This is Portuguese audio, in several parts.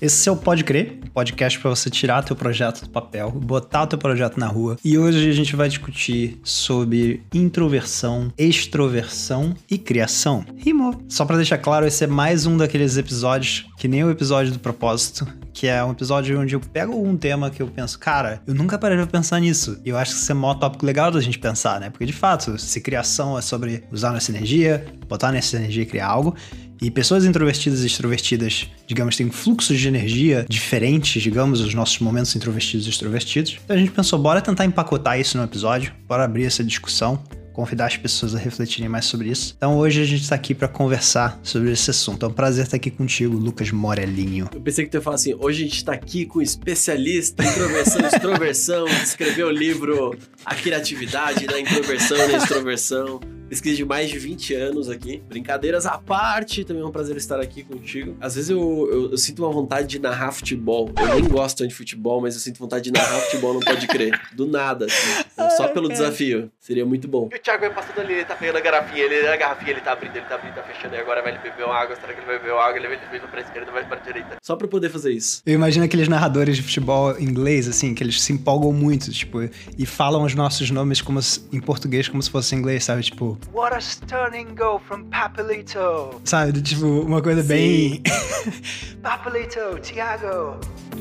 Esse é o Pode Crer, podcast para você tirar teu projeto do papel, botar teu projeto na rua. E hoje a gente vai discutir sobre introversão, extroversão e criação. Rimou. Só para deixar claro, esse é mais um daqueles episódios, que nem o episódio do propósito, que é um episódio onde eu pego um tema que eu penso, cara, eu nunca parei pra pensar nisso. E eu acho que isso é um tópico legal da gente pensar, né? Porque, de fato, se criação é sobre usar nessa energia, botar nessa energia e criar algo, e pessoas introvertidas e extrovertidas, digamos, têm fluxos de energia diferentes, digamos, os nossos momentos introvertidos e extrovertidos. Então a gente pensou, bora tentar empacotar isso no episódio, bora abrir essa discussão, convidar as pessoas a refletirem mais sobre isso. Então hoje a gente está aqui para conversar sobre esse assunto. É um prazer estar aqui contigo, Lucas Morelinho. Eu pensei que tu ia falar assim, hoje a gente está aqui com um especialista em introversão e extroversão, que escreveu o livro A Criatividade da Introversão e da Extroversão. Pesquisa de mais de 20 anos aqui. Brincadeiras à parte, também é um prazer estar aqui contigo. Às vezes eu sinto uma vontade de narrar futebol. Eu nem gosto tanto de futebol, mas eu sinto vontade de narrar futebol, não pode crer. Do nada, assim. Só pelo desafio. Seria muito bom. E o Thiago vai passando ali, ele tá pegando a garrafinha, ele tá abrindo, tá fechando. E agora vai ele beber uma água, será que ele vai beber uma água? Ele vai pra esquerda, vai pra direita. Só pra poder fazer isso. Eu imagino aqueles narradores de futebol inglês, assim, que eles se empolgam muito, tipo, e falam os nossos nomes em português como se fosse em inglês, sabe? Tipo, what a stunning goal from Papelito. Sabe? Tipo, uma coisa Sim. bem... Papelito, Thiago.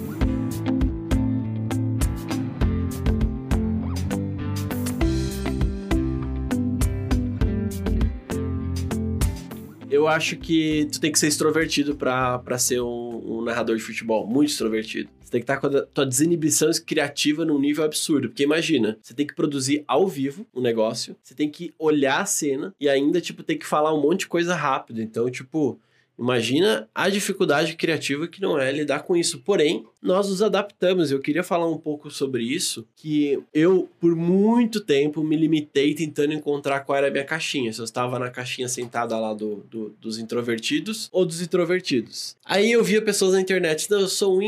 Eu acho que tu tem que ser extrovertido pra ser um narrador de futebol. Muito extrovertido. Você tem que estar com a tua desinibição criativa num nível absurdo. Porque imagina, você tem que produzir ao vivo um negócio, você tem que olhar a cena e ainda, tem que falar um monte de coisa rápido. Então, imagina a dificuldade criativa que não é lidar com isso. Porém, nós nos adaptamos. Eu queria falar um pouco sobre isso, que eu, por muito tempo, me limitei tentando encontrar qual era a minha caixinha. Se eu estava na caixinha sentada lá dos introvertidos ou dos introvertidos. Aí eu via pessoas na internet, não, eu sou um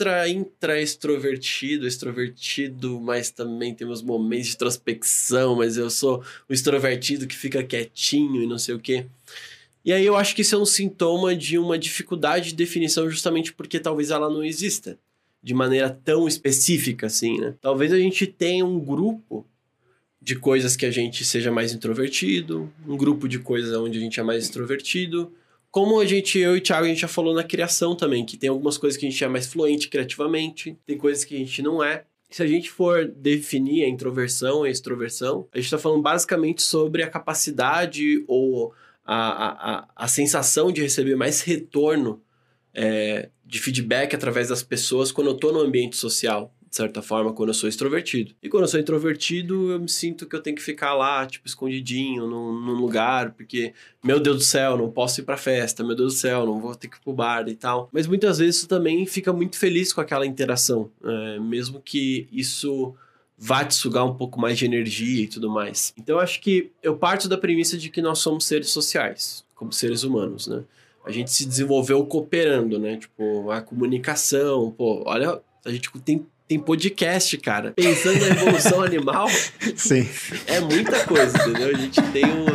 extrovertido, mas também tem meus momentos de introspecção, mas eu sou o extrovertido que fica quietinho e não sei o quê. E aí eu acho que isso é um sintoma de uma dificuldade de definição justamente porque talvez ela não exista de maneira tão específica assim, né? Talvez a gente tenha um grupo de coisas que a gente seja mais introvertido, um grupo de coisas onde a gente é mais extrovertido. Como eu e o Thiago, a gente já falou na criação também, que tem algumas coisas que a gente é mais fluente criativamente, tem coisas que a gente não é. Se a gente for definir a introversão e a extroversão, a gente está falando basicamente sobre a capacidade ou a sensação de receber mais retorno de feedback através das pessoas quando eu tô no ambiente social, de certa forma, quando eu sou extrovertido. E quando eu sou introvertido, eu me sinto que eu tenho que ficar lá, escondidinho, num lugar, porque, meu Deus do céu, não posso ir pra festa, meu Deus do céu, não vou ter que ir pro bar e tal. Mas muitas vezes tu também fica muito feliz com aquela interação, mesmo que isso vai te sugar um pouco mais de energia e tudo mais. Então, eu acho que eu parto da premissa de que nós somos seres sociais, como seres humanos, né? A gente se desenvolveu cooperando, né? A comunicação, olha, a gente tem podcast, cara. Pensando na evolução animal, Sim. É muita coisa, entendeu? A gente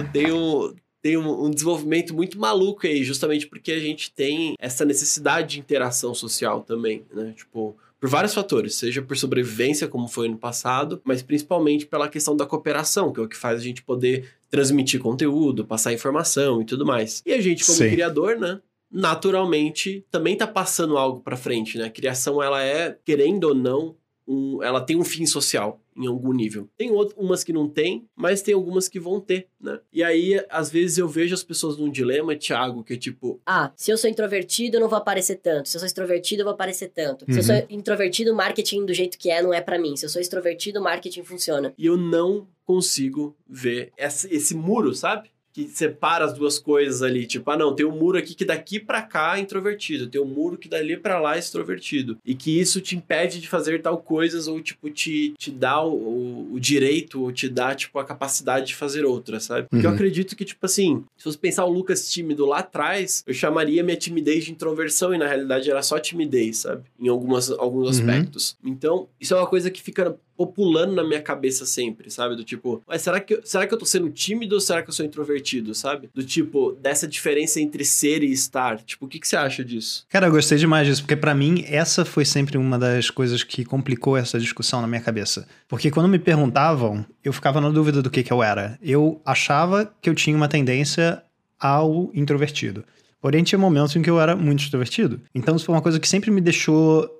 tem um desenvolvimento muito maluco aí, justamente porque a gente tem essa necessidade de interação social também, né? Por vários fatores, seja por sobrevivência, como foi no passado, mas principalmente pela questão da cooperação, que é o que faz a gente poder transmitir conteúdo, passar informação e tudo mais. E a gente, como Sim. criador, né, naturalmente, também tá passando algo pra frente, né? A criação, ela é, querendo ou não, ela tem um fim social em algum nível. Tem umas que não tem, mas tem algumas que vão ter, né? E aí, às vezes, eu vejo as pessoas num dilema, Thiago, que é se eu sou introvertido, eu não vou aparecer tanto. Se eu sou extrovertido, eu vou aparecer tanto. Se eu sou introvertido, o marketing do jeito que não é pra mim. Se eu sou extrovertido, o marketing funciona. E eu não consigo ver esse muro, sabe? Que separa as duas coisas ali, não, tem um muro aqui que daqui pra cá é introvertido, tem um muro que dali pra lá é extrovertido, e que isso te impede de fazer tal coisas, ou te dá o direito, ou te dá, a capacidade de fazer outras, sabe? Porque eu acredito que, se você pensar o Lucas tímido lá atrás, eu chamaria minha timidez de introversão, e na realidade era só timidez, sabe? Em alguns aspectos. Então, isso é uma coisa que fica populando na minha cabeça sempre, sabe? Do tipo, mas será que eu tô sendo tímido ou será que eu sou introvertido, sabe? Do tipo, dessa diferença entre ser e estar. Tipo, o que você acha disso? Cara, eu gostei demais disso, porque pra mim essa foi sempre uma das coisas que complicou essa discussão na minha cabeça. Porque quando me perguntavam, eu ficava na dúvida do que eu era. Eu achava que eu tinha uma tendência ao introvertido. Porém, tinha momentos em que eu era muito extrovertido. Então, isso foi uma coisa que sempre me deixou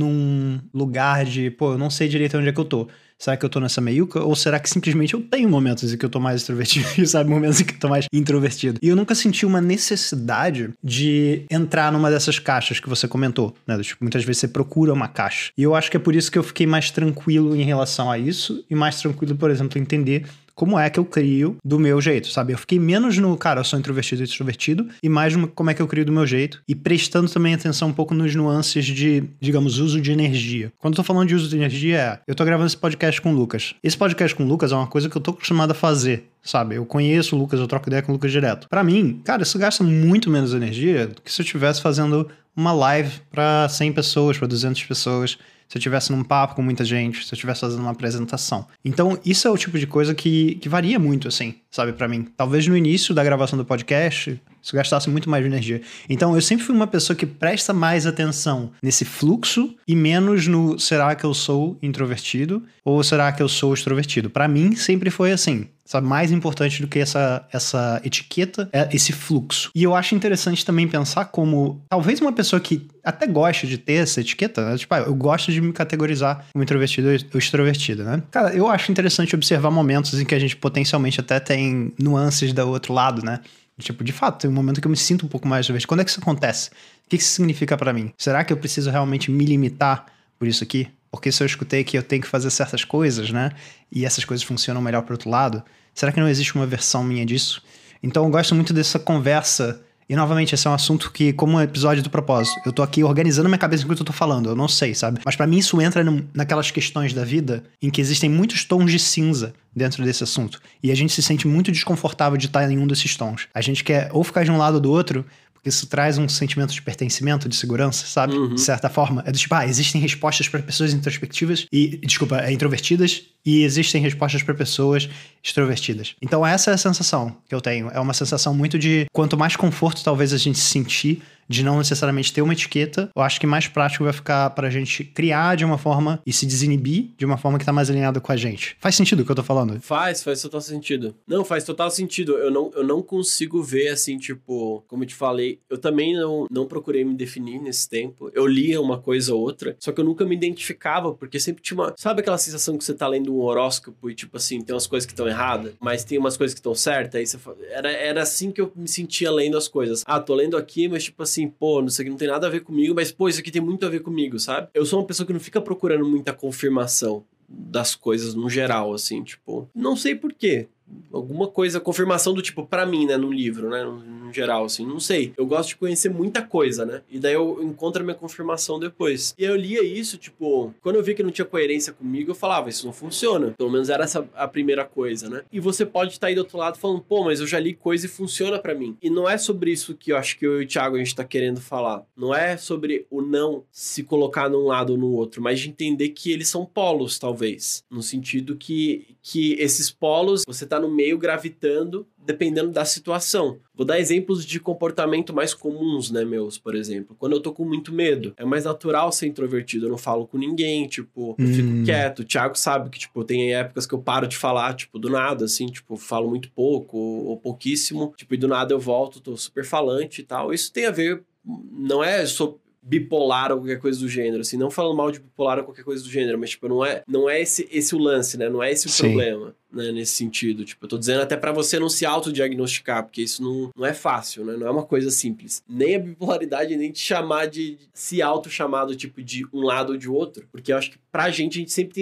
num lugar de, pô, eu não sei direito onde é que eu tô. Será que eu tô nessa meiuca? Ou será que simplesmente eu tenho momentos em que eu tô mais extrovertido e, sabe, momentos em que eu tô mais introvertido? E eu nunca senti uma necessidade de entrar numa dessas caixas que você comentou, né? Tipo, muitas vezes você procura uma caixa. E eu acho que é por isso que eu fiquei mais tranquilo em relação a isso e mais tranquilo, por exemplo, em entender como é que eu crio do meu jeito, sabe? Eu fiquei menos no, cara, eu sou introvertido e extrovertido, e mais no como é que eu crio do meu jeito, e prestando também atenção um pouco nos nuances de, digamos, uso de energia. Quando eu tô falando de uso de energia, eu tô gravando esse podcast com o Lucas. Esse podcast com o Lucas é uma coisa que eu tô acostumado a fazer, sabe? Eu conheço o Lucas, eu troco ideia com o Lucas direto. Pra mim, cara, isso gasta muito menos energia do que se eu estivesse fazendo uma live pra 100 pessoas, pra 200 pessoas, se eu estivesse num papo com muita gente, se eu estivesse fazendo uma apresentação. Então, isso é o tipo de coisa que varia muito, assim, sabe, pra mim. Talvez no início da gravação do podcast, isso gastasse muito mais de energia. Então, eu sempre fui uma pessoa que presta mais atenção nesse fluxo e menos no será que eu sou introvertido ou será que eu sou extrovertido. Pra mim, sempre foi assim. Sabe, mais importante do que essa etiqueta é esse fluxo. E eu acho interessante também pensar como talvez uma pessoa que até gosta de ter essa etiqueta, né? Tipo, eu gosto de me categorizar como introvertido ou extrovertido, né? Cara, eu acho interessante observar momentos em que a gente potencialmente até tem nuances do outro lado, né? Tipo, de fato, tem um momento que eu me sinto um pouco mais extrovertido. Quando é que isso acontece? O que isso significa pra mim? Será que eu preciso realmente me limitar por isso aqui? Porque se eu escutei que eu tenho que fazer certas coisas, né? E essas coisas funcionam melhor pro outro lado, será que não existe uma versão minha disso? Então eu gosto muito dessa conversa. E novamente, esse é um assunto que, como um episódio do propósito, eu tô aqui organizando minha cabeça enquanto eu tô falando, eu não sei, sabe? Mas pra mim isso entra naquelas questões da vida em que existem muitos tons de cinza dentro desse assunto. E a gente se sente muito desconfortável de estar em um desses tons. A gente quer ou ficar de um lado ou do outro, porque isso traz um sentimento de pertencimento, de segurança, sabe? Uhum. De certa forma. É do tipo, existem respostas para pessoas introspectivas introvertidas e existem respostas para pessoas extrovertidas. Então essa é a sensação que eu tenho. É uma sensação muito de quanto mais conforto talvez a gente se sentir de não necessariamente ter uma etiqueta, eu acho que mais prático vai ficar pra gente criar de uma forma e se desinibir de uma forma que tá mais alinhada com a gente. Faz sentido o que eu tô falando? Faz total sentido. Não, faz total sentido. Eu não consigo ver, assim, tipo, como eu te falei, eu também não procurei me definir nesse tempo. Eu lia uma coisa ou outra, só que eu nunca me identificava, porque sempre tinha uma... Sabe aquela sensação que você tá lendo um horóscopo e, tipo assim, tem umas coisas que estão erradas, mas tem umas coisas que estão certas? Aí você fala... Era assim que eu me sentia lendo as coisas. Tô lendo aqui, mas, tipo assim, pô, isso aqui não tem nada a ver comigo, mas, pô, isso aqui tem muito a ver comigo, sabe? Eu sou uma pessoa que não fica procurando muita confirmação das coisas no geral, assim, tipo... Não sei por quê. Alguma coisa, confirmação do tipo, pra mim, né, num livro, né, no geral, assim, não sei. Eu gosto de conhecer muita coisa, né, e daí eu encontro a minha confirmação depois. E eu lia isso, tipo, quando eu vi que não tinha coerência comigo, eu falava, isso não funciona. Pelo menos era essa a primeira coisa, né. E você pode estar aí do outro lado falando, pô, mas eu já li coisa e funciona pra mim. E não é sobre isso que eu acho que eu e o Thiago a gente tá querendo falar. Não é sobre o não se colocar num lado ou no outro, mas de entender que eles são polos, talvez. No sentido que esses polos, você tá no meio gravitando, dependendo da situação. Vou dar exemplos de comportamento mais comuns, né, meus, por exemplo. Quando eu tô com muito medo, é mais natural ser introvertido, eu não falo com ninguém, tipo, eu fico quieto. O Thiago sabe que, tipo, tem épocas que eu paro de falar, tipo, do nada, assim, tipo, falo muito pouco ou pouquíssimo, tipo, e do nada eu volto, tô super falante e tal. Isso tem a ver, não é bipolar ou qualquer coisa do gênero, assim, não falando mal de bipolar ou qualquer coisa do gênero, mas, tipo, não é esse o lance, né, não é esse o problema, né, nesse sentido, tipo, eu tô dizendo até pra você não se autodiagnosticar, porque isso não é fácil, né, não é uma coisa simples, nem a bipolaridade, nem te chamar de se auto-chamado, tipo, de um lado ou de outro, porque eu acho que pra gente, a gente sempre tem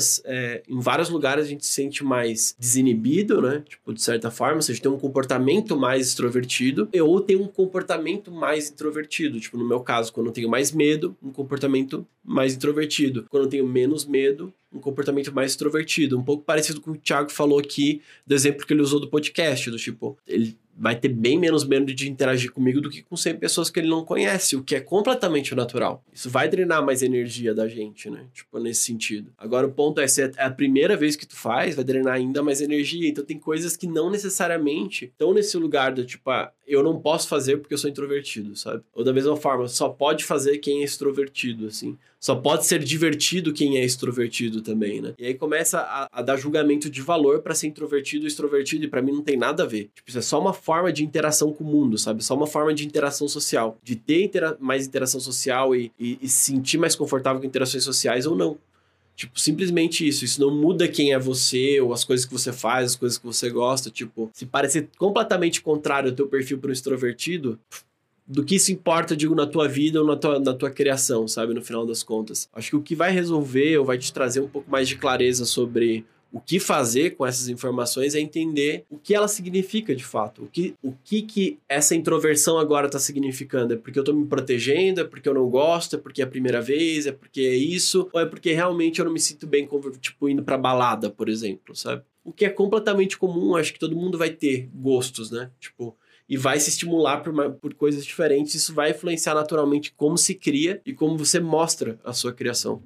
em vários lugares a gente se sente mais desinibido, né, tipo, de certa forma, ou seja, tem um comportamento mais extrovertido, ou tem um comportamento mais introvertido, tipo, no meu caso, quando eu tenho mais medo, um comportamento mais introvertido. Quando eu tenho menos medo, um comportamento mais extrovertido. Um pouco parecido com o que o Thiago falou aqui, do exemplo que ele usou do podcast, do tipo, ele vai ter bem menos medo de interagir comigo do que com 100 pessoas que ele não conhece, o que é completamente natural. Isso vai drenar mais energia da gente, né? Tipo, nesse sentido. Agora, o ponto é, se é a primeira vez que tu faz, vai drenar ainda mais energia. Então, tem coisas que não necessariamente estão nesse lugar do tipo, eu não posso fazer porque eu sou introvertido, sabe? Ou da mesma forma, só pode fazer quem é extrovertido, assim. Só pode ser divertido quem é extrovertido também, né? E aí começa a dar julgamento de valor pra ser introvertido ou extrovertido, e pra mim não tem nada a ver. Tipo, isso é só uma forma de interação com o mundo, sabe? Só uma forma de interação social. De ter mais interação social e se sentir mais confortável com interações sociais ou não. Tipo, simplesmente isso. Isso não muda quem é você, ou as coisas que você faz, as coisas que você gosta. Tipo, se parecer completamente contrário ao teu perfil para um extrovertido, do que isso importa, eu digo, na tua vida ou na tua criação, sabe? No final das contas. Acho que o que vai resolver ou vai te trazer um pouco mais de clareza sobre o que fazer com essas informações é entender o que ela significa de fato. O que essa introversão agora está significando? É porque eu estou me protegendo? É porque eu não gosto? É porque é a primeira vez? É porque é isso? Ou é porque realmente eu não me sinto bem, tipo, indo pra balada, por exemplo, sabe? O que é completamente comum, acho que todo mundo vai ter gostos, né? Tipo, e vai se estimular por coisas diferentes. Isso vai influenciar naturalmente como se cria e como você mostra a sua criação.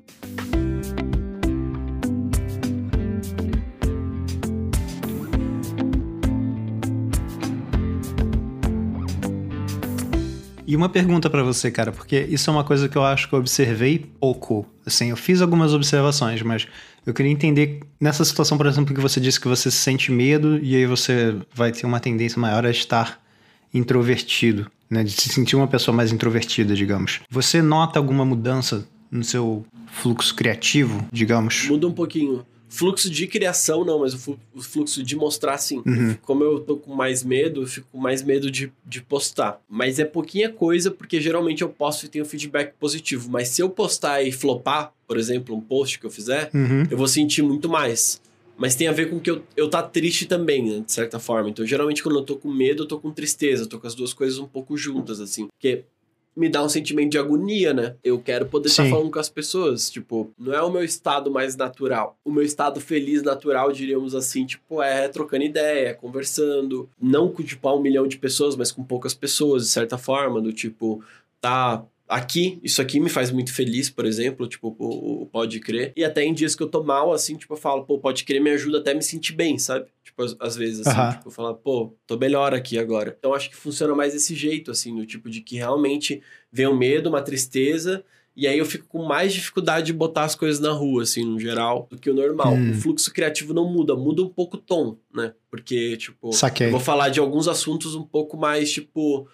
E uma pergunta pra você, cara, porque isso é uma coisa que eu acho que eu observei pouco. Assim, eu fiz algumas observações, mas eu queria entender, nessa situação, por exemplo, que você disse que você sente medo e aí você vai ter uma tendência maior a estar introvertido, né? De se sentir uma pessoa mais introvertida, digamos. Você nota alguma mudança no seu fluxo criativo, digamos? Muda um pouquinho. Fluxo de criação, não, mas o fluxo de mostrar, sim. Uhum. Como eu tô com mais medo, eu fico com mais medo de postar. Mas é pouquinha coisa, porque geralmente eu posto e tenho feedback positivo. Mas se eu postar e flopar, por exemplo, um post que eu fizer, eu vou sentir muito mais. Mas tem a ver com que eu tá triste também, né, de certa forma. Então, geralmente, quando eu tô com medo, eu tô com tristeza. Eu tô com as duas coisas um pouco juntas, assim. Porque me dá um sentimento de agonia, né? Eu quero poder estar falando com as pessoas. Tipo, não é o meu estado mais natural. O meu estado feliz natural, diríamos assim, tipo, é trocando ideia, conversando. Não com, tipo, 1 milhão de pessoas, mas com poucas pessoas, de certa forma. Do tipo, tá... Aqui, isso aqui me faz muito feliz, por exemplo, tipo, o Pode Crer. E até em dias que eu tô mal, assim, tipo, eu falo, pô, Pode Crer me ajuda até a me sentir bem, sabe? Tipo, às vezes, assim, tipo, eu falo, pô, tô melhor aqui agora. Então, acho que funciona mais desse jeito, assim, no tipo de que realmente vem um medo, uma tristeza, e aí eu fico com mais dificuldade de botar as coisas na rua, assim, no geral, do que o normal. O fluxo criativo não muda, muda um pouco o tom, né? Porque, tipo, eu vou falar de alguns assuntos um pouco mais, tipo...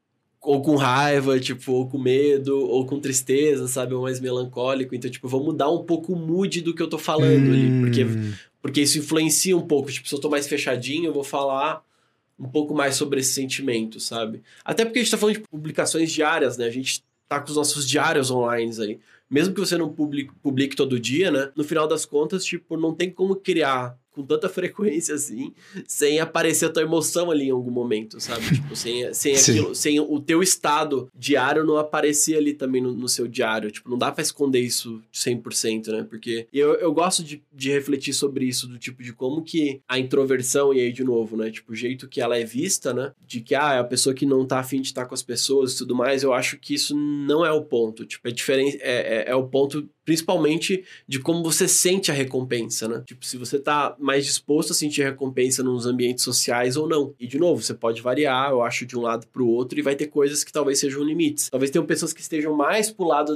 ou com raiva, tipo, ou com medo, ou com tristeza, sabe? Ou mais melancólico. Então, tipo, eu vou mudar um pouco o mood do que eu tô falando ali. Porque isso influencia um pouco. Tipo, se eu tô mais fechadinho, eu vou falar um pouco mais sobre esse sentimento, sabe? Até porque a gente tá falando de publicações diárias, né? A gente tá com os nossos diários online aí. Mesmo que você não publique todo dia, né? No final das contas, tipo, não tem como criar com tanta frequência assim, sem aparecer a tua emoção ali em algum momento, sabe? Tipo, sem aquilo, sem o teu estado diário não aparecer ali também no seu diário. Tipo, não dá pra esconder isso 100%, né? Porque eu gosto de refletir sobre isso, do tipo de como que a introversão, e aí de novo, né? Tipo, o jeito que ela é vista, né? De que, é a pessoa que não tá afim de estar com as pessoas e tudo mais, eu acho que isso não é o ponto. Tipo, é diferente, é o ponto... principalmente de como você sente a recompensa, né? Tipo, se você tá mais disposto a sentir recompensa nos ambientes sociais ou não. E, de novo, você pode variar, eu acho, de um lado pro outro, e vai ter coisas que talvez sejam limites. Talvez tenham pessoas que estejam mais pro lado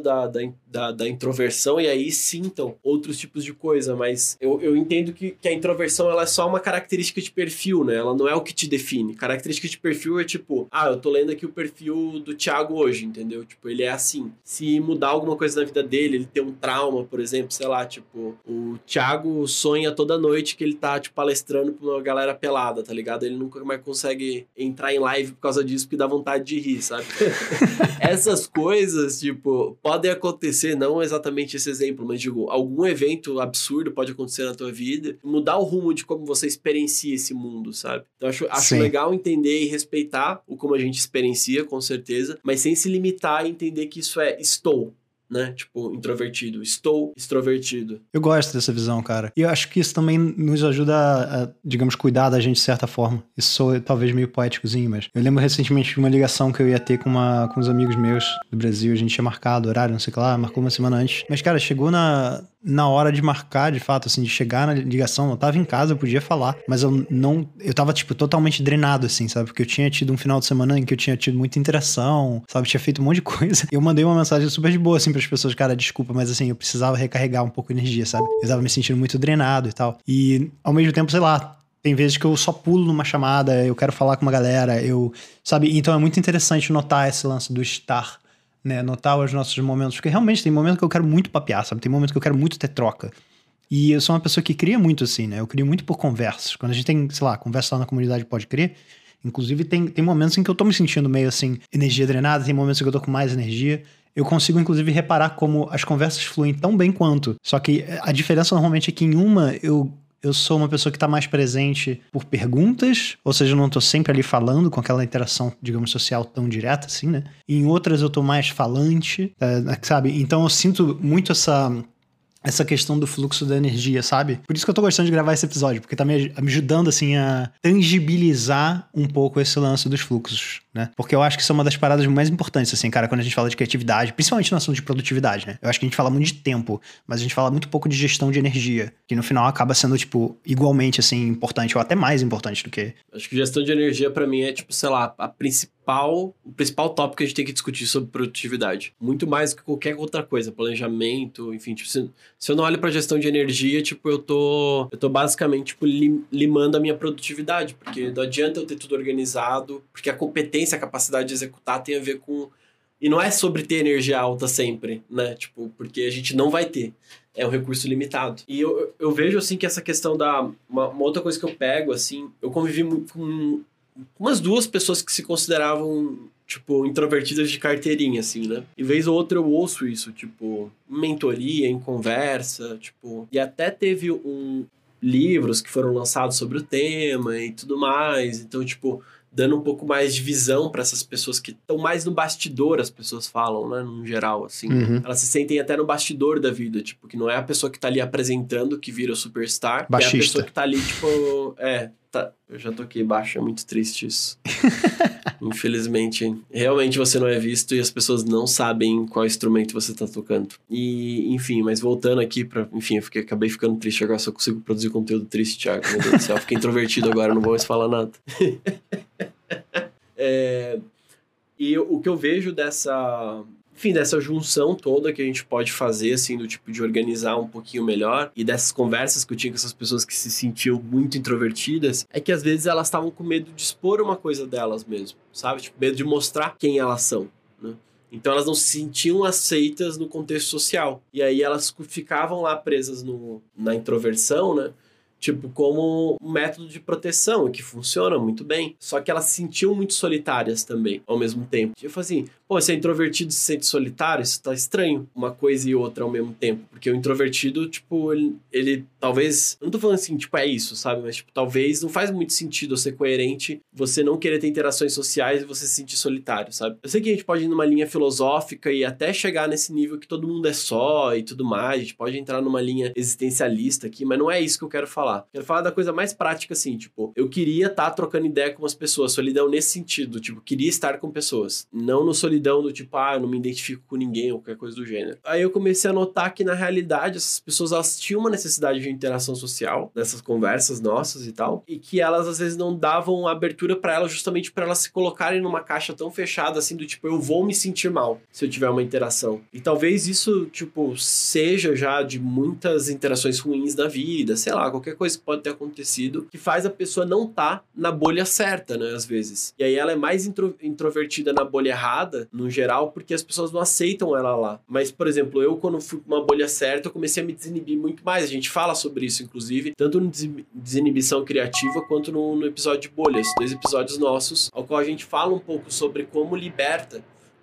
da introversão e aí sintam outros tipos de coisa, mas eu entendo que a introversão, ela é só uma característica de perfil, né? Ela não é o que te define. Característica de perfil é tipo, eu tô lendo aqui o perfil do Thiago hoje, entendeu? Tipo, ele é assim. Se mudar alguma coisa na vida dele, ele tem um trauma, por exemplo, sei lá, tipo, o Thiago sonha toda noite que ele tá, tipo, palestrando pra uma galera pelada, tá ligado? Ele nunca mais consegue entrar em live por causa disso, porque dá vontade de rir, sabe? Essas coisas, tipo, podem acontecer, não exatamente esse exemplo, mas, digo, algum evento absurdo pode acontecer na tua vida, mudar o rumo de como você experiencia esse mundo, sabe? Então, acho legal entender e respeitar o como a gente experiencia, com certeza, mas sem se limitar a entender que isso é estou. né? Tipo, introvertido. Estou extrovertido. Eu gosto dessa visão, cara. E eu acho que isso também nos ajuda a, digamos, cuidar da gente de certa forma. Isso soa talvez meio poéticozinho, mas eu lembro recentemente de uma ligação que eu ia ter com uns amigos meus do Brasil. A gente tinha marcado horário, não sei o que lá, marcou uma semana antes. Mas, cara, chegou na hora de marcar, de fato, assim, de chegar na ligação, eu tava em casa, eu podia falar, mas eu tava, tipo, totalmente drenado, assim, sabe? Porque eu tinha tido um final de semana em que eu tinha tido muita interação, sabe? Tinha feito um monte de coisa. Eu mandei uma mensagem super de boa, assim, pras pessoas, cara, desculpa, mas assim, eu precisava recarregar um pouco de energia, sabe? Eu tava me sentindo muito drenado e tal. E, ao mesmo tempo, sei lá, tem vezes que eu só pulo numa chamada, eu quero falar com uma galera, sabe? Então é muito interessante notar esse lance do estar, né, notar os nossos momentos, porque realmente tem momento que eu quero muito papear, sabe? Tem momento que eu quero muito ter troca. E eu sou uma pessoa que cria muito assim, né? Eu crio muito por conversas. Quando a gente tem, sei lá, conversa lá na comunidade Pode Crer, inclusive tem momentos em que eu tô me sentindo meio assim, energia drenada, tem momentos em que eu tô com mais energia. Eu consigo, inclusive, reparar como as conversas fluem tão bem quanto. Só que a diferença normalmente é que em uma eu sou uma pessoa que está mais presente por perguntas, ou seja, eu não estou sempre ali falando com aquela interação, digamos, social tão direta assim, né? E em outras eu estou mais falante, sabe? Então eu sinto muito essa questão do fluxo da energia, sabe? Por isso que eu tô gostando de gravar esse episódio, porque tá me ajudando, assim, a tangibilizar um pouco esse lance dos fluxos, né? Porque eu acho que isso é uma das paradas mais importantes, assim, cara, quando a gente fala de criatividade, principalmente no assunto de produtividade, né? Eu acho que a gente fala muito de tempo, mas a gente fala muito pouco de gestão de energia, que no final acaba sendo, tipo, igualmente, assim, importante, ou até mais importante do que... Acho que gestão de energia, pra mim, é, tipo, sei lá, o principal tópico que a gente tem que discutir sobre produtividade. Muito mais do que qualquer outra coisa, planejamento, enfim, tipo, se eu não olho pra gestão de energia, tipo, eu tô basicamente, tipo, limando a minha produtividade, porque não adianta eu ter tudo organizado, porque a competência, a capacidade de executar tem a ver com... E não é sobre ter energia alta sempre, né? Tipo, porque a gente não vai ter. É um recurso limitado. E eu vejo, assim, que essa questão da... Uma outra coisa que eu pego, assim, eu convivi muito com umas duas pessoas que se consideravam, tipo, introvertidas de carteirinha, assim, né? E vez ou outra eu ouço isso, tipo, em mentoria, em conversa, tipo... E até teve livros que foram lançados sobre o tema e tudo mais. Então, tipo, dando um pouco mais de visão para essas pessoas que estão mais no bastidor, as pessoas falam, né? No geral, assim. Uhum. Elas se sentem até no bastidor da vida, tipo, que não é a pessoa que tá ali apresentando que vira o superstar. Baixista. É a pessoa que tá ali, tipo... Eu já toquei baixo, é muito triste isso. Infelizmente, realmente você não é visto e as pessoas não sabem qual instrumento você tá tocando. E, enfim, mas voltando aqui pra... Enfim, acabei ficando triste agora, só consigo produzir conteúdo triste, Thiago. Meu Deus do céu, fiquei introvertido agora, não vou mais falar nada. E o que eu vejo dessa junção toda que a gente pode fazer, assim, do tipo de organizar um pouquinho melhor, e dessas conversas que eu tinha com essas pessoas que se sentiam muito introvertidas, é que às vezes elas estavam com medo de expor uma coisa delas mesmo, sabe? Tipo, medo de mostrar quem elas são, né? Então elas não se sentiam aceitas no contexto social. E aí elas ficavam lá presas na introversão, né? Tipo, como um método de proteção, que funciona muito bem. Só que elas se sentiam muito solitárias também, ao mesmo tempo. Eu falei assim, pô, você é introvertido e se sente solitário? Isso tá estranho, uma coisa e outra ao mesmo tempo. Porque o introvertido, tipo, ele talvez... Eu não tô falando assim, tipo, é isso, sabe? Mas, tipo, talvez não faz muito sentido ser coerente você não querer ter interações sociais e você se sentir solitário, sabe? Eu sei que a gente pode ir numa linha filosófica e até chegar nesse nível que todo mundo é só e tudo mais. A gente pode entrar numa linha existencialista aqui, mas não é isso que eu quero falar. Quero falar da coisa mais prática, assim, tipo, eu queria estar trocando ideia com as pessoas, solidão nesse sentido, tipo, queria estar com pessoas, não no solidão do tipo, eu não me identifico com ninguém ou qualquer coisa do gênero. Aí eu comecei a notar que, na realidade, essas pessoas, elas tinham uma necessidade de interação social, nessas conversas nossas e tal, e que elas, às vezes, não davam abertura pra elas, justamente pra elas se colocarem numa caixa tão fechada, assim, do tipo, eu vou me sentir mal se eu tiver uma interação. E talvez isso, tipo, seja já de muitas interações ruins da vida, sei lá, qualquer coisa que pode ter acontecido, que faz a pessoa não tá na bolha certa, né, às vezes. E aí ela é mais introvertida na bolha errada, no geral, porque as pessoas não aceitam ela lá. Mas, por exemplo, eu quando fui pra uma bolha certa, eu comecei a me desinibir muito mais. A gente fala sobre isso, inclusive, tanto no Desinibição Criativa, quanto no episódio de bolhas. 2 episódios nossos, ao qual a gente fala um pouco sobre como liberta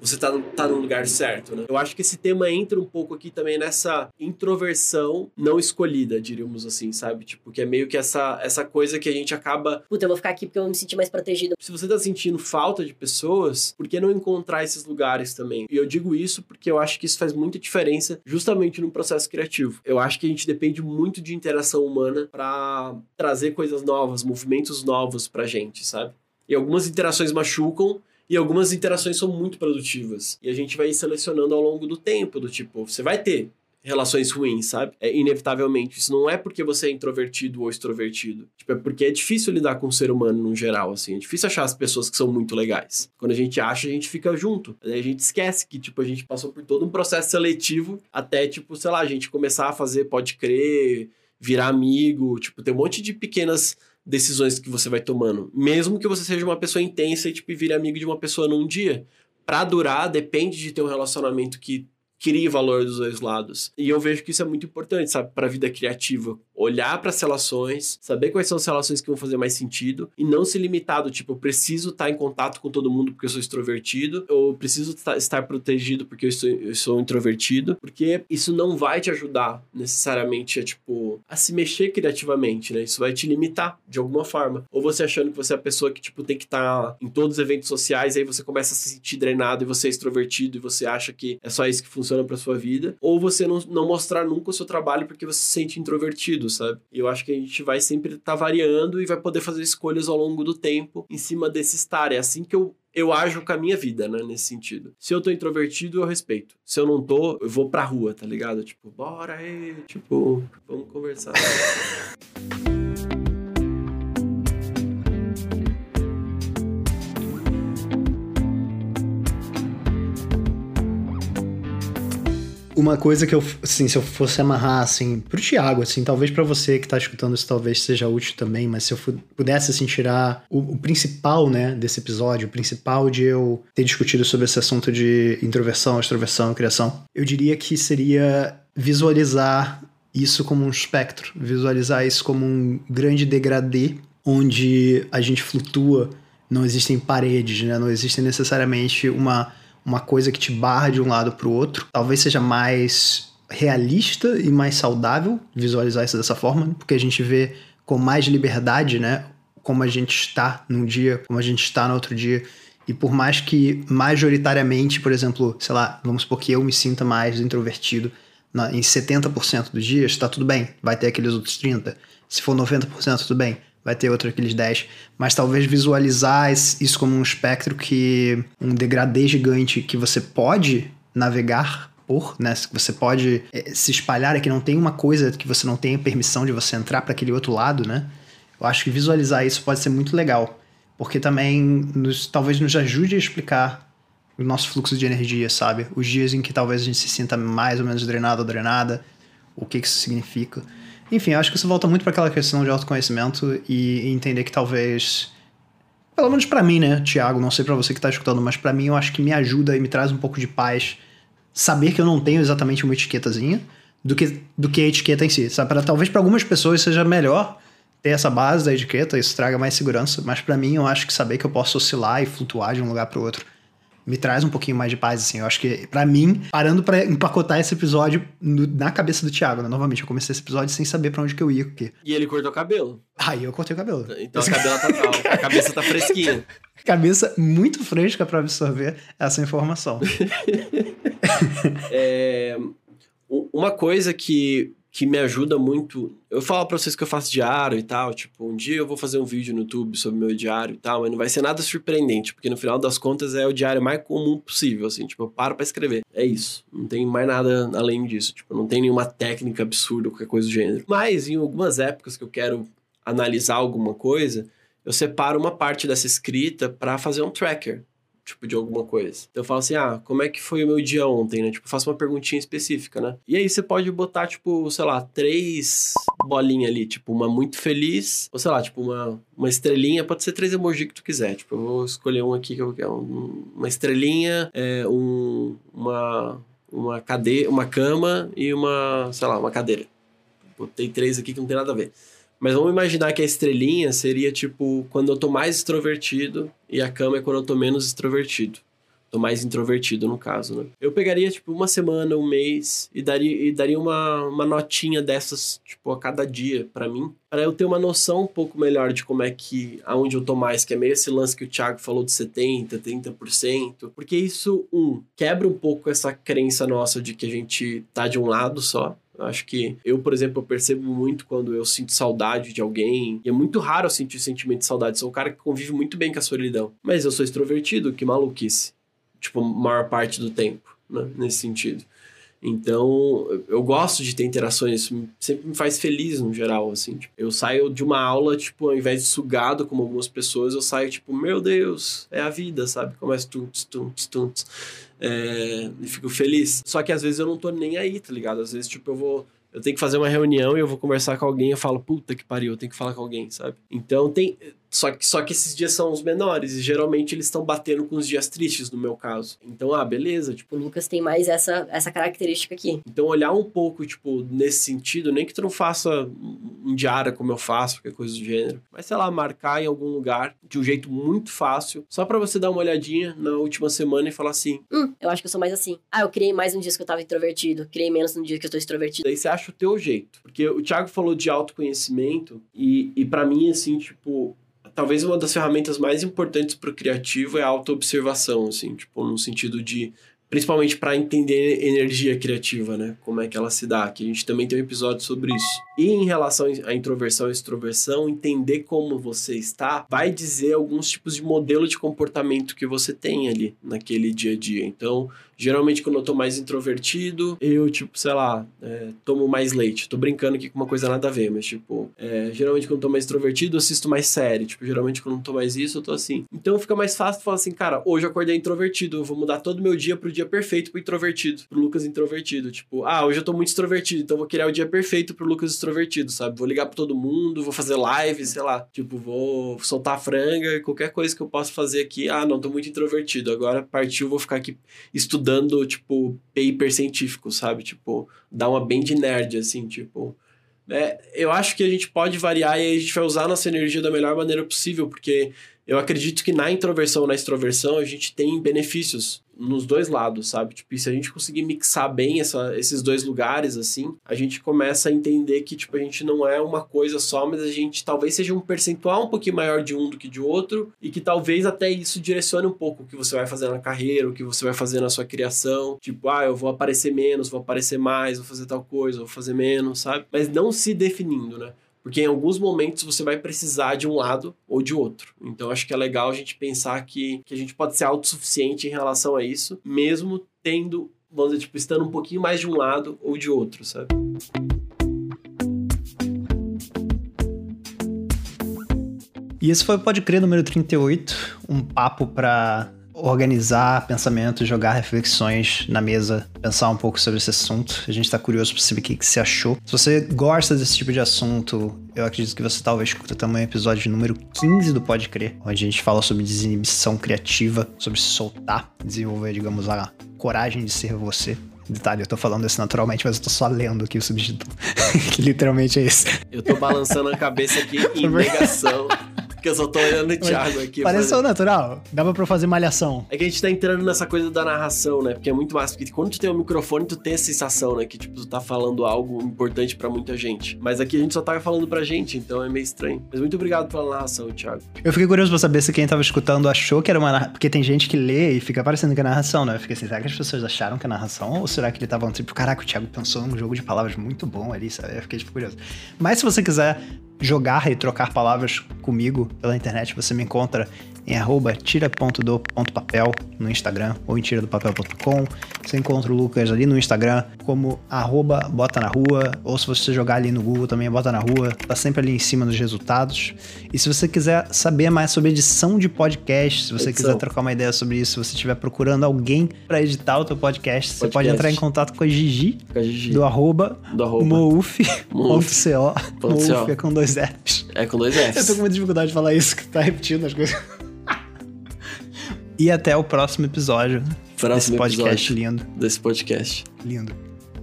você tá no lugar certo, né? Eu acho que esse tema entra um pouco aqui também nessa introversão não escolhida, diríamos assim, sabe? Tipo, que é meio que essa coisa que a gente acaba... Puta, eu vou ficar aqui porque eu me senti mais protegido. Se você tá sentindo falta de pessoas, por que não encontrar esses lugares também? E eu digo isso porque eu acho que isso faz muita diferença justamente no processo criativo. Eu acho que a gente depende muito de interação humana pra trazer coisas novas, movimentos novos pra gente, sabe? E algumas interações machucam, e algumas interações são muito produtivas. E a gente vai selecionando ao longo do tempo, do tipo, você vai ter relações ruins, sabe? Inevitavelmente. Isso não é porque você é introvertido ou extrovertido. Tipo, é porque é difícil lidar com o ser humano no geral, assim. É difícil achar as pessoas que são muito legais. Quando a gente acha, a gente fica junto. Aí a gente esquece que, tipo, a gente passou por todo um processo seletivo até, tipo, sei lá, a gente começar a fazer pode crer, virar amigo. Tipo, tem um monte de pequenas decisões que você vai tomando. Mesmo que você seja uma pessoa intensa e, tipo, vire amigo de uma pessoa num dia. Pra durar, depende de ter um relacionamento que crie valor dos dois lados. E eu vejo que isso é muito importante, sabe? Pra vida criativa. Olhar pras relações, saber quais são as relações que vão fazer mais sentido e não se limitar do tipo, eu preciso estar em contato com todo mundo porque eu sou extrovertido, ou preciso estar protegido porque eu sou introvertido, porque isso não vai te ajudar necessariamente a se mexer criativamente, né? Isso vai te limitar de alguma forma. Ou você achando que você é a pessoa que, tipo, tem que estar em todos os eventos sociais, aí você começa a se sentir drenado e você é extrovertido e você acha que é só isso que funciona pra sua vida. Ou você não mostrar nunca o seu trabalho porque você se sente introvertido, sabe? E eu acho que a gente vai sempre estar variando e vai poder fazer escolhas ao longo do tempo em cima desse estar. É assim que eu ajo com a minha vida, né? Nesse sentido. Se eu tô introvertido, eu respeito. Se eu não tô, eu vou pra rua, tá ligado? Tipo, bora aí. Tipo, vamos conversar. Uma coisa que eu, assim, se eu fosse amarrar, assim, pro Thiago, assim, talvez pra você que tá escutando isso talvez seja útil também, mas se eu pudesse, assim, tirar o principal, né, desse episódio, o principal de eu ter discutido sobre esse assunto de introversão, extroversão e criação, eu diria que seria visualizar isso como um espectro, visualizar isso como um grande degradê, onde a gente flutua, não existem paredes, né, não existe necessariamente uma coisa que te barra de um lado para o outro. Talvez seja mais realista e mais saudável visualizar isso dessa forma, porque a gente vê com mais liberdade, né, como a gente está num dia, como a gente está no outro dia. E por mais que majoritariamente, por exemplo, sei lá, vamos supor que eu me sinta mais introvertido em 70% dos dias, está tudo bem, vai ter aqueles outros 30%. Se for 90%, tudo bem, vai ter outro aqueles 10%, mas talvez visualizar isso como um espectro um degradê gigante que você pode navegar por, né? Você pode se espalhar, é que não tem uma coisa que você não tenha permissão de você entrar para aquele outro lado, né? Eu acho que visualizar isso pode ser muito legal, porque também talvez nos ajude a explicar o nosso fluxo de energia, sabe? Os dias em que talvez a gente se sinta mais ou menos drenado ou drenada, o que isso significa. Enfim, eu acho que isso volta muito para aquela questão de autoconhecimento e entender que talvez, pelo menos para mim, né, Thiago, não sei para você que tá escutando, mas para mim eu acho que me ajuda e me traz um pouco de paz saber que eu não tenho exatamente uma etiquetazinha do que a etiqueta em si, sabe? Talvez para algumas pessoas seja melhor ter essa base da etiqueta, isso traga mais segurança, mas para mim eu acho que saber que eu posso oscilar e flutuar de um lugar para o outro me traz um pouquinho mais de paz, assim. Eu acho que, pra mim, parando pra empacotar esse episódio na cabeça do Thiago, né? Novamente, eu comecei esse episódio sem saber pra onde que eu ia. Porque... E ele cortou o cabelo. Aí eu cortei o cabelo. Então a cabeça tá fresquinha. Cabeça muito fresca pra absorver essa informação. Uma coisa que me ajuda muito... Eu falo pra vocês que eu faço diário e tal, tipo, um dia eu vou fazer um vídeo no YouTube sobre o meu diário e tal, mas não vai ser nada surpreendente, porque no final das contas é o diário mais comum possível, assim, tipo, eu paro pra escrever. É isso. Não tem mais nada além disso, tipo, não tem nenhuma técnica absurda ou qualquer coisa do gênero. Mas em algumas épocas que eu quero analisar alguma coisa, eu separo uma parte dessa escrita pra fazer um tracker, tipo, de alguma coisa. Então eu falo assim, como é que foi o meu dia ontem, né? Tipo, eu faço uma perguntinha específica, né? E aí você pode botar, tipo, sei lá, 3 bolinhas ali, tipo, uma muito feliz, ou sei lá, tipo, uma estrelinha, pode ser 3 emojis que tu quiser. Tipo, eu vou escolher um aqui que eu quero, uma estrelinha, uma cadeira, uma cama e uma cadeira. Botei 3 aqui que não tem nada a ver. Mas vamos imaginar que a estrelinha seria, tipo, quando eu tô mais extrovertido e a cama é quando eu tô menos extrovertido. Tô mais introvertido, no caso, né? Eu pegaria, tipo, uma semana, um mês e daria uma notinha dessas, tipo, a cada dia pra mim, para eu ter uma noção um pouco melhor de como é que, aonde eu tô mais, que é meio esse lance que o Thiago falou de 70%, 30%, porque isso, quebra um pouco essa crença nossa de que a gente tá de um lado só. Eu acho que eu, por exemplo, eu percebo muito quando eu sinto saudade de alguém. E é muito raro eu sentir sentimento de saudade. Sou um cara que convive muito bem com a solidão. Mas eu sou extrovertido, que maluquice. Tipo, a maior parte do tempo, né? Nesse sentido. Então, eu gosto de ter interações. Isso sempre me faz feliz, no geral, assim. Tipo, eu saio de uma aula, tipo, ao invés de sugado, como algumas pessoas, eu saio, tipo, meu Deus, é a vida, sabe? Começo tuntos. E fico feliz. Só que às vezes eu não tô nem aí, tá ligado? Às vezes, tipo, eu tenho que fazer uma reunião e eu vou conversar com alguém e eu falo, puta que pariu, eu tenho que falar com alguém, sabe? Então tem... Só que esses dias são os menores e geralmente eles estão batendo com os dias tristes, no meu caso. Então, beleza, tipo... O Lucas tem mais essa característica aqui. Então, olhar um pouco, tipo, nesse sentido, nem que tu não faça um diário como eu faço, qualquer coisa do gênero, mas, sei lá, marcar em algum lugar de um jeito muito fácil, só pra você dar uma olhadinha na última semana e falar assim... eu acho que eu sou mais assim. Eu criei mais um dia que eu tava introvertido, criei menos no dia que eu tô extrovertido. Daí você acha o teu jeito. Porque o Thiago falou de autoconhecimento e pra mim, assim, tipo... Talvez uma das ferramentas mais importantes pro criativo é a autoobservação, assim, tipo, no sentido de... Principalmente para entender energia criativa, né? Como é que ela se dá, que a gente também tem um episódio sobre isso. E em relação à introversão e extroversão, entender como você está vai dizer alguns tipos de modelo de comportamento que você tem ali naquele dia a dia. Então, geralmente quando eu tô mais introvertido, eu, tipo, sei lá, tomo mais leite. Tô brincando aqui com uma coisa nada a ver, mas, tipo, geralmente quando eu tô mais extrovertido, eu assisto mais série. Tipo, geralmente quando eu não tô mais isso, eu tô assim. Então fica mais fácil falar assim, cara, hoje eu acordei introvertido, eu vou mudar todo o meu dia pro dia perfeito pro introvertido, pro Lucas introvertido. Tipo, hoje eu tô muito extrovertido, então eu vou criar o dia perfeito pro Lucas extrovertido, sabe? Vou ligar pra todo mundo, vou fazer live, sei lá. Tipo, vou soltar franga, qualquer coisa que eu possa fazer aqui. Não, tô muito introvertido. Agora partiu, vou ficar aqui estudando, tipo, paper científico, sabe? Tipo, dar uma bem de nerd, assim, tipo... eu acho que a gente pode variar e a gente vai usar a nossa energia da melhor maneira possível, porque eu acredito que na introversão e na extroversão a gente tem benefícios nos dois lados, sabe? Tipo, e se a gente conseguir mixar bem esses dois lugares, assim, a gente começa a entender que, tipo, a gente não é uma coisa só, mas a gente talvez seja um percentual um pouquinho maior de um do que de outro, e que talvez até isso direcione um pouco o que você vai fazer na carreira, o que você vai fazer na sua criação. Tipo, eu vou aparecer menos, vou aparecer mais, vou fazer tal coisa, vou fazer menos, sabe? Mas não se definindo, né? Porque em alguns momentos você vai precisar de um lado ou de outro. Então acho que é legal a gente pensar que a gente pode ser autossuficiente em relação a isso, mesmo tendo, vamos dizer, tipo, estando um pouquinho mais de um lado ou de outro, sabe? E esse foi o Pode Crer número 38, um papo para organizar pensamentos, jogar reflexões na mesa, pensar um pouco sobre esse assunto. A gente tá curioso pra saber o que você achou. Se você gosta desse tipo de assunto, eu acredito que você talvez escuta também o episódio número 15 do Pode Crer, onde a gente fala sobre desinibição criativa, sobre se soltar, desenvolver, digamos, a coragem de ser você. Detalhe, eu tô falando isso naturalmente, mas eu tô só lendo aqui o subtítulo, que literalmente é esse. Eu tô balançando a cabeça aqui em negação. Porque eu só tô olhando o Thiago aqui. Pareceu natural. Dava pra fazer malhação. É que a gente tá entrando nessa coisa da narração, né? Porque é muito massa. Porque quando tu tem um microfone, tu tem a sensação, né? Que, tipo, tu tá falando algo importante pra muita gente. Mas aqui a gente só tá falando pra gente, então é meio estranho. Mas muito obrigado pela narração, Thiago. Eu fiquei curioso pra saber se quem tava escutando achou que era uma narração. Porque tem gente que lê e fica parecendo que é narração, né? Eu fiquei assim, será que as pessoas acharam que é narração? Ou será que ele tava tipo, caraca, o Thiago pensou num jogo de palavras muito bom ali, sabe? Eu fiquei, tipo, curioso. Mas se você quiser jogar e trocar palavras comigo pela internet, você me encontra em @tira.do.papel no Instagram ou em tiradopapel.com. Você encontra o Lucas ali no Instagram como @botanarrua, ou se você jogar ali no Google também Bota na Rua, tá sempre ali em cima dos resultados. E se você quiser saber mais sobre edição de podcast, se você quiser trocar uma ideia sobre isso, se você estiver procurando alguém para editar o teu podcast, você pode entrar em contato com a Gigi, do arroba mouf.co. Mouf é com 2 Fs. É com 2 Fs. Eu tô com muita dificuldade de falar isso, que tá repetindo as coisas. E até o próximo episódio desse podcast lindo. Desse podcast. Lindo.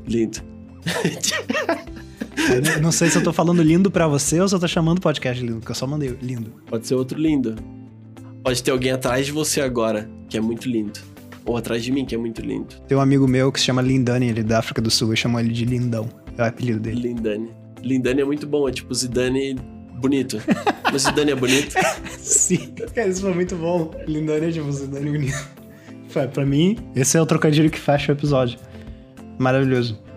Eu não sei se eu tô falando lindo pra você ou se eu tô chamando o podcast lindo, porque eu só mandei lindo. Pode ser outro lindo. Pode ter alguém atrás de você agora, que é muito lindo. Ou Atrás de Mim, que é muito lindo. Tem um amigo meu que se chama Lindani, ele é da África do Sul, eu chamo ele de Lindão. É o apelido dele. Lindani. Lindani é muito bom, é tipo Zidane bonito. Mas Zidane é bonito? Sim, cara, isso foi muito bom. Lindani é tipo Zidane bonito. Pra mim, esse é o trocadilho que fecha o episódio. Maravilhoso.